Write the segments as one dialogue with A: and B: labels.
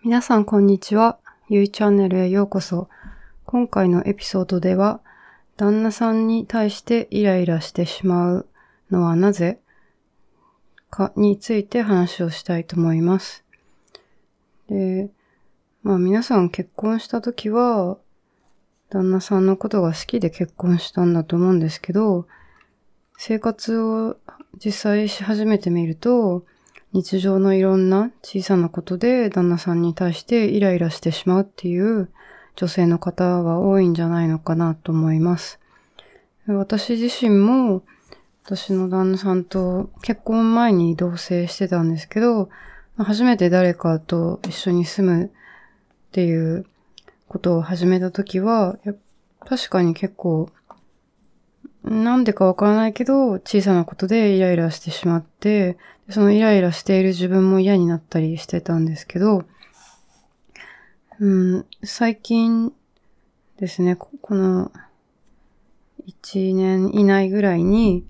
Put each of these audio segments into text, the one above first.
A: 皆さんこんにちは。ゆいチャンネルへようこそ。今回のエピソードでは、旦那さんに対してイライラしてしまうのはなぜかについて話をしたいと思います。で、皆さん結婚した時は、旦那さんのことが好きで結婚したんだと思うんですけど、生活を実際し始めてみると、日常のいろんな小さなことで旦那さんに対してイライラしてしまうっていう女性の方は多いんじゃないのかなと思います。私自身も私の旦那さんと結婚前に同棲してたんですけど、初めて誰かと一緒に住むっていうことを始めたときは、確かに結構なんでかわからないけど、小さなことでイライラしてしまって、そのイライラしている自分も嫌になったりしてたんですけど、最近ですね、この1年以内ぐらいに、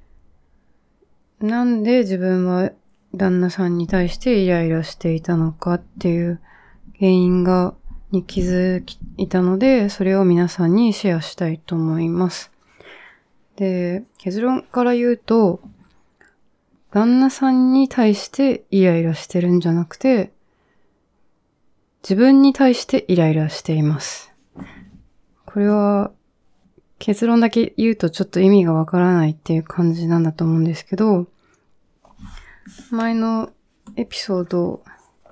A: なんで自分は旦那さんに対してイライラしていたのかっていう原因に気づいたので、それを皆さんにシェアしたいと思います。で、結論から言うと、旦那さんに対してイライラしてるんじゃなくて、自分に対してイライラしています。これは結論だけ言うとちょっと意味がわからないっていう感じなんだと思うんですけど、前のエピソード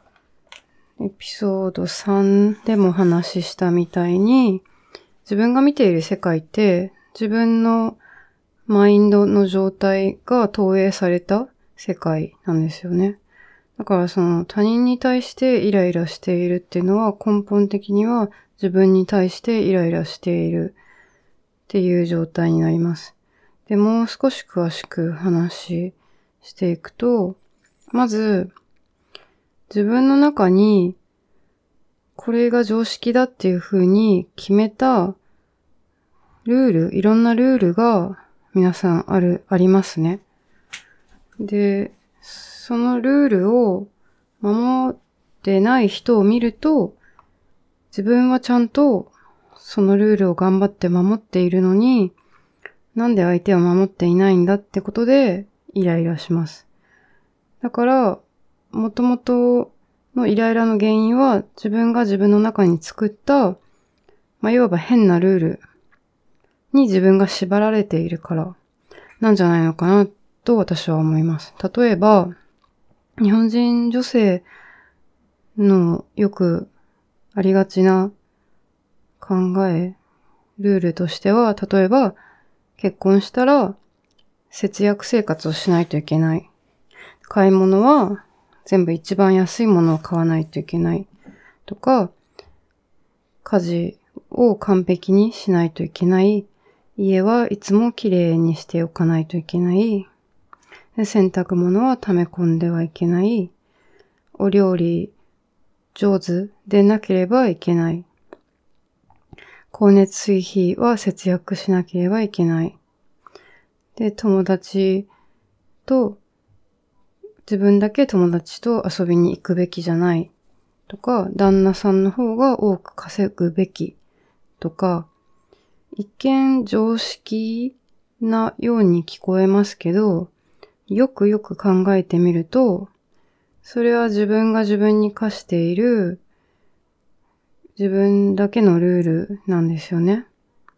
A: 3でも話したみたいに、自分が見ている世界って自分のマインドの状態が投影された世界なんですよね。だからその他人に対してイライラしているっていうのは根本的には自分に対してイライラしているっていう状態になります。で、もう少し詳しく話していくと、まず自分の中にこれが常識だっていう風に決めたいろんなルールが皆さんありますね。で、そのルールを守ってない人を見ると、自分はちゃんとそのルールを頑張って守っているのに、なんで相手を守っていないんだってことでイライラします。だから、もともとのイライラの原因は自分が自分の中に作った、いわば変なルールに自分が縛られているからなんじゃないのかなと私は思います。例えば、日本人女性のよくありがちなルールとしては、例えば結婚したら節約生活をしないといけない。買い物は全部一番安いものを買わないといけない。とか、家事を完璧にしないといけない。家はいつもきれいにしておかないといけない。で、洗濯物は溜め込んではいけない。お料理上手でなければいけない。光熱水費は節約しなければいけない。で、自分だけ友達と遊びに行くべきじゃないとか、旦那さんの方が多く稼ぐべきとか、一見常識なように聞こえますけど、よくよく考えてみると、それは自分が自分に課している自分だけのルールなんですよね。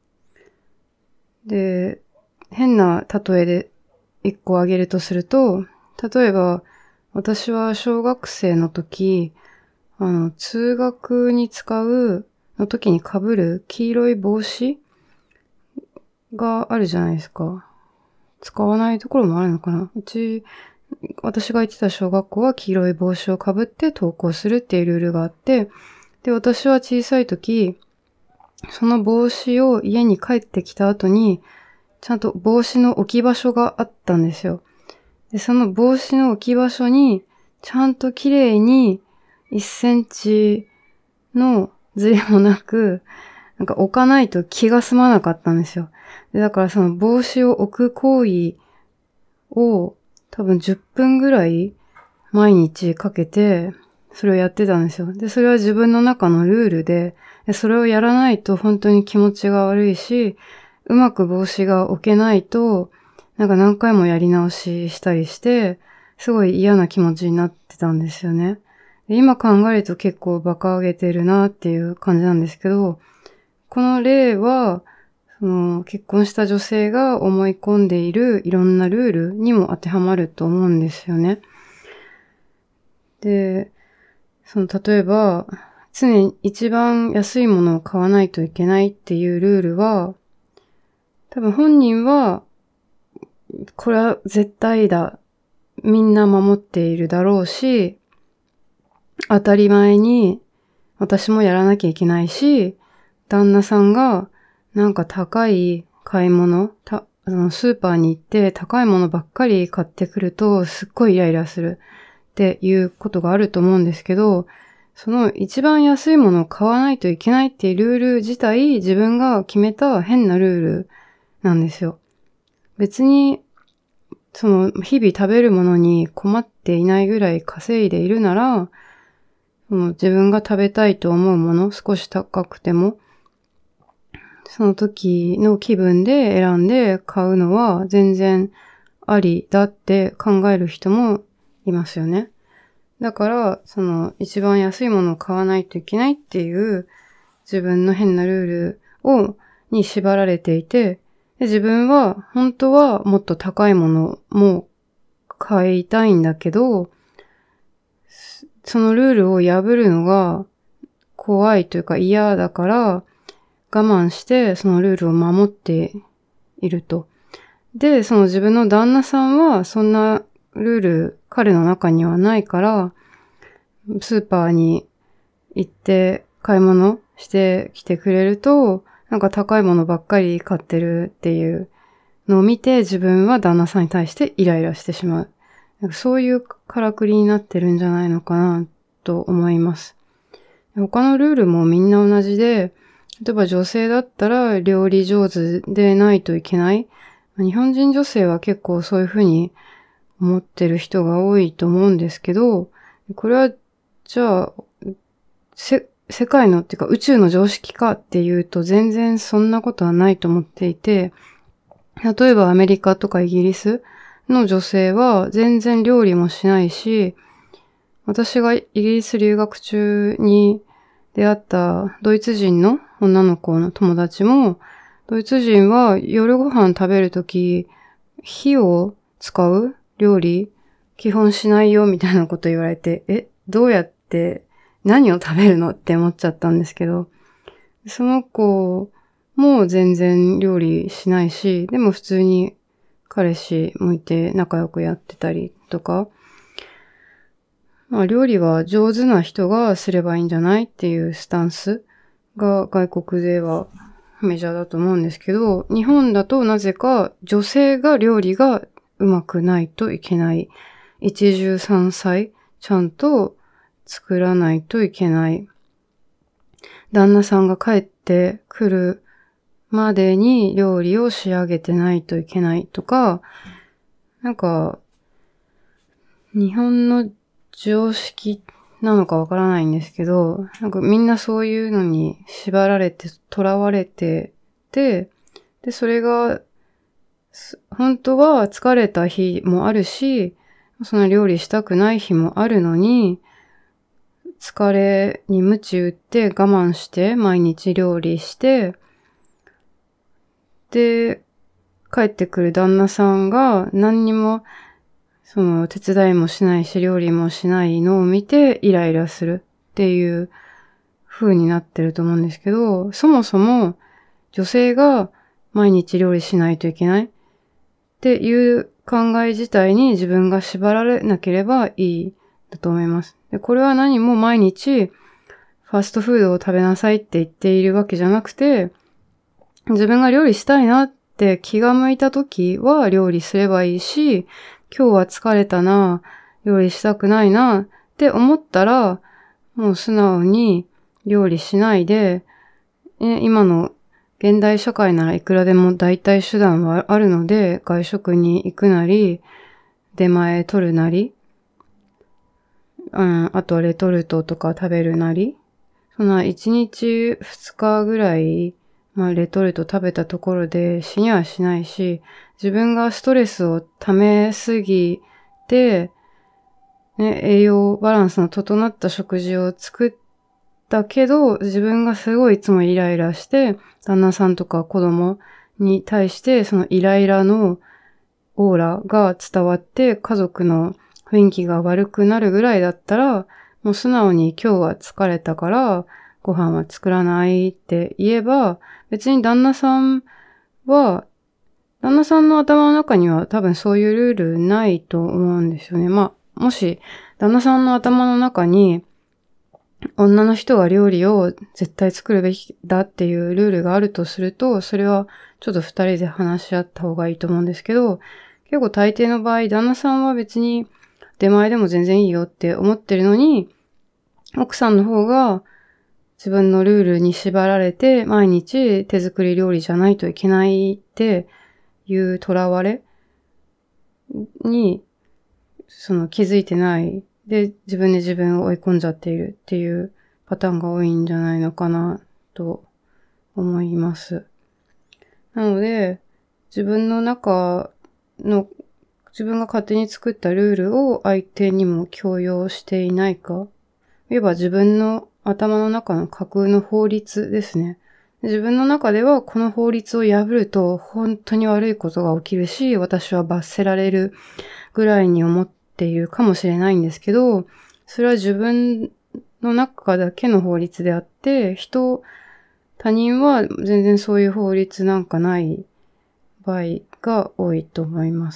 A: で、変な例えで一個挙げるとすると、例えば私は小学生の時、通学に使うの時に被る黄色い帽子があるじゃないですか。使わないところもあるのかな。私が行ってた小学校は黄色い帽子をかぶって登校するっていうルールがあって、で、私は小さい時、その帽子を家に帰ってきた後に、ちゃんと帽子の置き場所があったんですよ。で、その帽子の置き場所に、ちゃんと綺麗に1センチのズレもなく、置かないと気が済まなかったんですよ。で、だからその帽子を置く行為を多分10分ぐらい毎日かけてそれをやってたんですよ。で、それは自分の中のルールで、それをやらないと本当に気持ちが悪いし、うまく帽子が置けないと、なんか何回もやり直ししたりして、すごい嫌な気持ちになってたんですよね。で今考えると結構馬鹿げてるなっていう感じなんですけど、この例は、その結婚した女性が思い込んでいるいろんなルールにも当てはまると思うんですよね。で、例えば、常に一番安いものを買わないといけないっていうルールは、多分本人は、これは絶対だ。みんな守っているだろうし、当たり前に私もやらなきゃいけないし、旦那さんがなんか高い買い物、スーパーに行って高いものばっかり買ってくるとすっごいイライラするっていうことがあると思うんですけど、その一番安いものを買わないといけないっていうルール自体自分が決めた変なルールなんですよ。別に日々食べるものに困っていないぐらい稼いでいるなら、自分が食べたいと思うもの、少し高くても、その時の気分で選んで買うのは全然ありだって考える人もいますよね。だから、一番安いものを買わないといけないっていう自分の変なルールに縛られていて、で自分は本当はもっと高いものも買いたいんだけど、そのルールを破るのが怖いというか嫌だから我慢してそのルールを守っていると。で、自分の旦那さんはそんなルール彼の中にはないから、スーパーに行って買い物してきてくれると、なんか高いものばっかり買ってるっていうのを見て自分は旦那さんに対してイライラしてしまう。そういうからくりになってるんじゃないのかなと思います。他のルールもみんな同じで、例えば女性だったら料理上手でないといけない。日本人女性は結構そういうふうに思ってる人が多いと思うんですけど、これはじゃあ、世界のっていうか宇宙の常識かっていうと全然そんなことはないと思っていて、例えばアメリカとかイギリスの女性は全然料理もしないし、私がイギリス留学中に出会ったドイツ人の女の子の友達も、ドイツ人は夜ご飯食べるとき、火を使う料理基本しないよみたいなこと言われて、どうやって何を食べるのって思っちゃったんですけど、その子も全然料理しないし、でも普通に彼氏もいて仲良くやってたりとか、料理は上手な人がすればいいんじゃないっていうスタンスが外国ではメジャーだと思うんですけど、日本だとなぜか女性が料理がうまくないといけない。一汁三菜ちゃんと作らないといけない。旦那さんが帰ってくるまでに料理を仕上げてないといけないとか、なんか日本の常識なのかわからないんですけど、なんかみんなそういうのに縛られて、囚われてて、で、それが、本当は疲れた日もあるし、その料理したくない日もあるのに、疲れに鞭打って我慢して毎日料理して、で、帰ってくる旦那さんが何にも手伝いもしないし料理もしないのを見てイライラするっていう風になってると思うんですけど、そもそも女性が毎日料理しないといけないっていう考え自体に自分が縛られなければいいだと思います。で、これは何も毎日ファストフードを食べなさいって言っているわけじゃなくて、自分が料理したいなって気が向いた時は料理すればいいし、今日は疲れたな、料理したくないなって思ったら、もう素直に料理しないで、今の現代社会ならいくらでも代替手段はあるので、外食に行くなり、出前取るなり、 あとはレトルトとか食べるなり、そんな1日2日ぐらい、レトルト食べたところで死にはしないし、自分がストレスを溜めすぎて、ね、栄養バランスの整った食事を作ったけど、自分がすごいいつもイライラして、旦那さんとか子供に対してそのイライラのオーラが伝わって家族の雰囲気が悪くなるぐらいだったら、もう素直に今日は疲れたからご飯は作らないって言えば、別に旦那さんの頭の中には多分そういうルールないと思うんですよね。もし旦那さんの頭の中に女の人は料理を絶対作るべきだっていうルールがあるとすると、それはちょっと二人で話し合った方がいいと思うんですけど、結構大抵の場合、旦那さんは別に出前でも全然いいよって思ってるのに、奥さんの方が自分のルールに縛られて毎日手作り料理じゃないといけないっていう囚われに気づいてない。で、自分で自分を追い込んじゃっているっていうパターンが多いんじゃないのかなと思います。なので、自分が勝手に作ったルールを相手にも強要していないか。いわば自分の頭の中の架空の法律ですね。自分の中ではこの法律を破ると本当に悪いことが起きるし、私は罰せられるぐらいに思っているかもしれないんですけど、それは自分の中だけの法律であって、他人は全然そういう法律なんかない場合が多いと思います。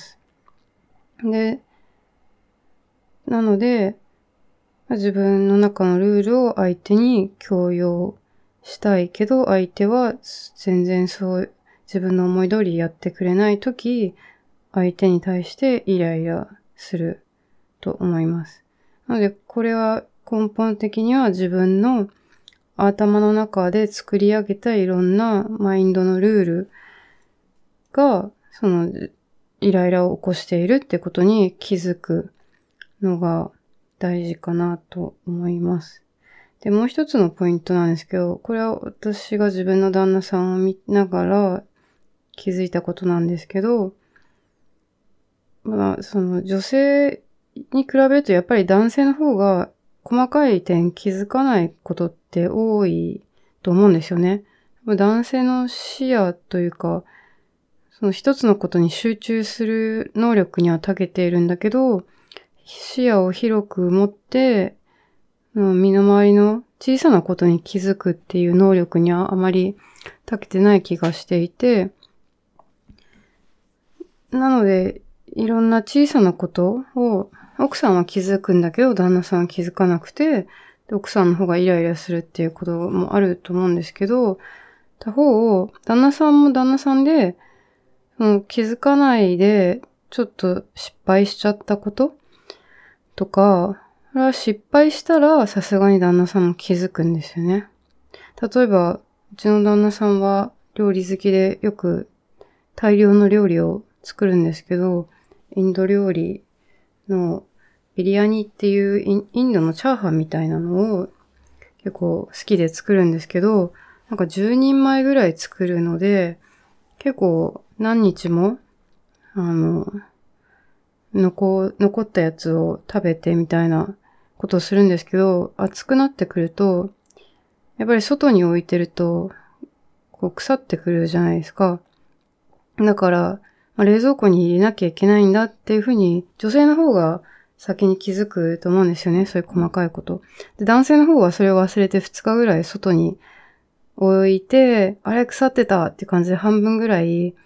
A: なので、自分の中のルールを相手に強要したいけど、相手は全然自分の思い通りやってくれないとき、相手に対してイライラすると思います。なので、これは根本的には自分の頭の中で作り上げたいろんなマインドのルールが、イライラを起こしているってことに気づくのが大事かなと思います。で、もう一つのポイントなんですけど、これは私が自分の旦那さんを見ながら気づいたことなんですけど、女性に比べるとやっぱり男性の方が細かい点気づかないことって多いと思うんですよね。男性の視野というか、一つのことに集中する能力には長けているんだけど、視野を広く持って、身の回りの小さなことに気づくっていう能力にはあまり長けてない気がしていて、なので、いろんな小さなことを奥さんは気づくんだけど、旦那さんは気づかなくて、奥さんの方がイライラするっていうこともあると思うんですけど、他方、旦那さんも旦那さんで、気づかないで、ちょっと失敗しちゃったこととか、これは失敗したらさすがに旦那さんも気づくんですよね。例えば、うちの旦那さんは料理好きでよく大量の料理を作るんですけど、インド料理のビリヤニっていうインドのチャーハンみたいなのを結構好きで作るんですけど、なんか10人前ぐらい作るので、結構何日も、残ったやつを食べてみたいなことをするんですけど、暑くなってくると、やっぱり外に置いてると、腐ってくるじゃないですか。だから、冷蔵庫に入れなきゃいけないんだっていうふうに、女性の方が先に気づくと思うんですよね。そういう細かいこと。で、男性の方はそれを忘れて2日ぐらい外に置いて、あれ腐ってたって感じで半分ぐらい、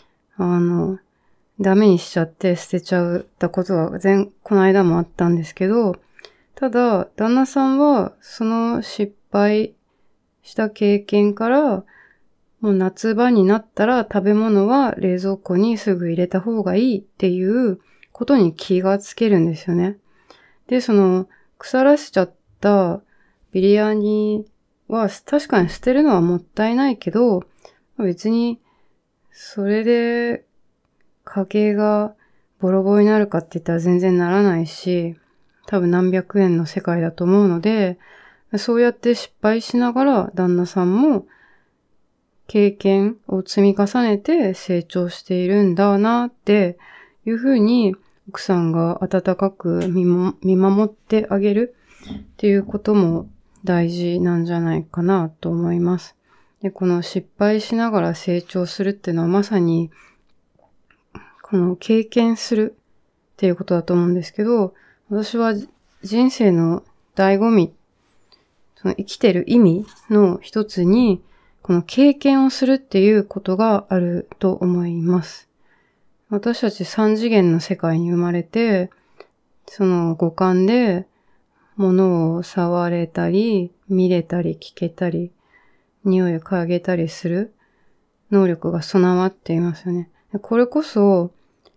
A: ダメにしちゃって捨てちゃったことがこの間もあったんですけど、ただ、旦那さんはその失敗した経験から、もう夏場になったら食べ物は冷蔵庫にすぐ入れた方がいいっていうことに気がつけるんですよね。で、腐らしちゃったビリヤニは確かに捨てるのはもったいないけど、別にそれで家計がボロボロになるかって言ったら全然ならないし、 多分何百円の世界だと思うので、そうやって失敗しながら旦那さんも経験を積み重ねて成長しているんだなっていうふうに奥さんが温かく見守ってあげるっていうことも大事なんじゃないかなと思います。で、この失敗しながら成長するっていうのはまさにこの経験するっていうことだと思うんですけど、私は人生の醍醐味、その生きてる意味の一つに、この経験をするっていうことがあると思います。私たち三次元の世界に生まれて、その五感で物を触れたり、見れたり、聞けたり、匂いを嗅げたりする能力が備わっていますよね。これこそ、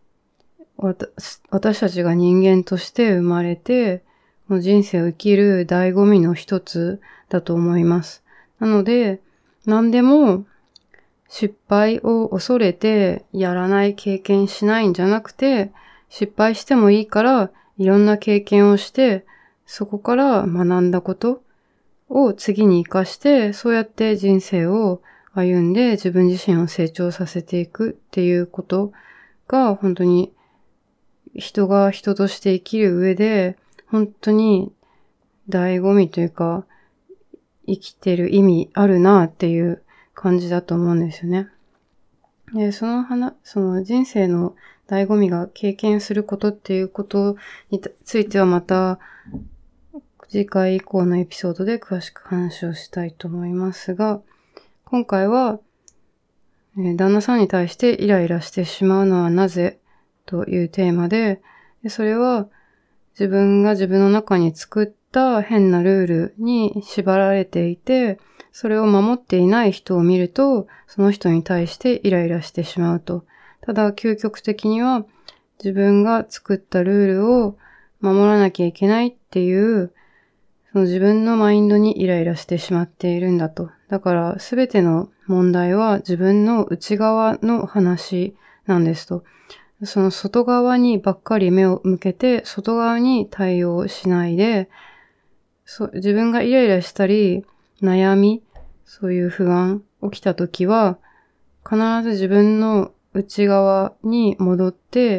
A: 私たちが人間として生まれて、人生を生きる醍醐味の一つだと思います。なので、何でも失敗を恐れてやらない経験しないんじゃなくて、失敗してもいいからいろんな経験をして、そこから学んだことを次に活かして、そうやって人生を歩んで自分自身を成長させていくっていうことが本当に人が人として生きる上で本当に醍醐味というか生きてる意味あるなっていう感じだと思うんですよね。で、その人生の醍醐味が経験することっていうことについてはまた次回以降のエピソードで詳しく話をしたいと思いますが、今回は、旦那さんに対してイライラしてしまうのはなぜというテーマで、それは自分が自分の中に作った変なルールに縛られていて、それを守っていない人を見ると、その人に対してイライラしてしまうと。ただ、究極的には自分が作ったルールを守らなきゃいけないっていう、その自分のマインドにイライラしてしまっているんだと。だから、すべての問題は自分の内側の話なんですと。その外側にばっかり目を向けて、外側に対応しないで、自分がイライラしたり、悩み、そういう不安起きたときは、必ず自分の内側に戻って、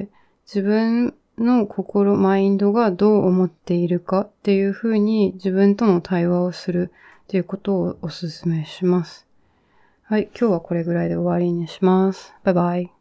A: 自分のマインドがどう思っているかっていうふうに自分との対話をするっていうことをお勧めします。はい、今日はこれぐらいで終わりにします。バイバイ。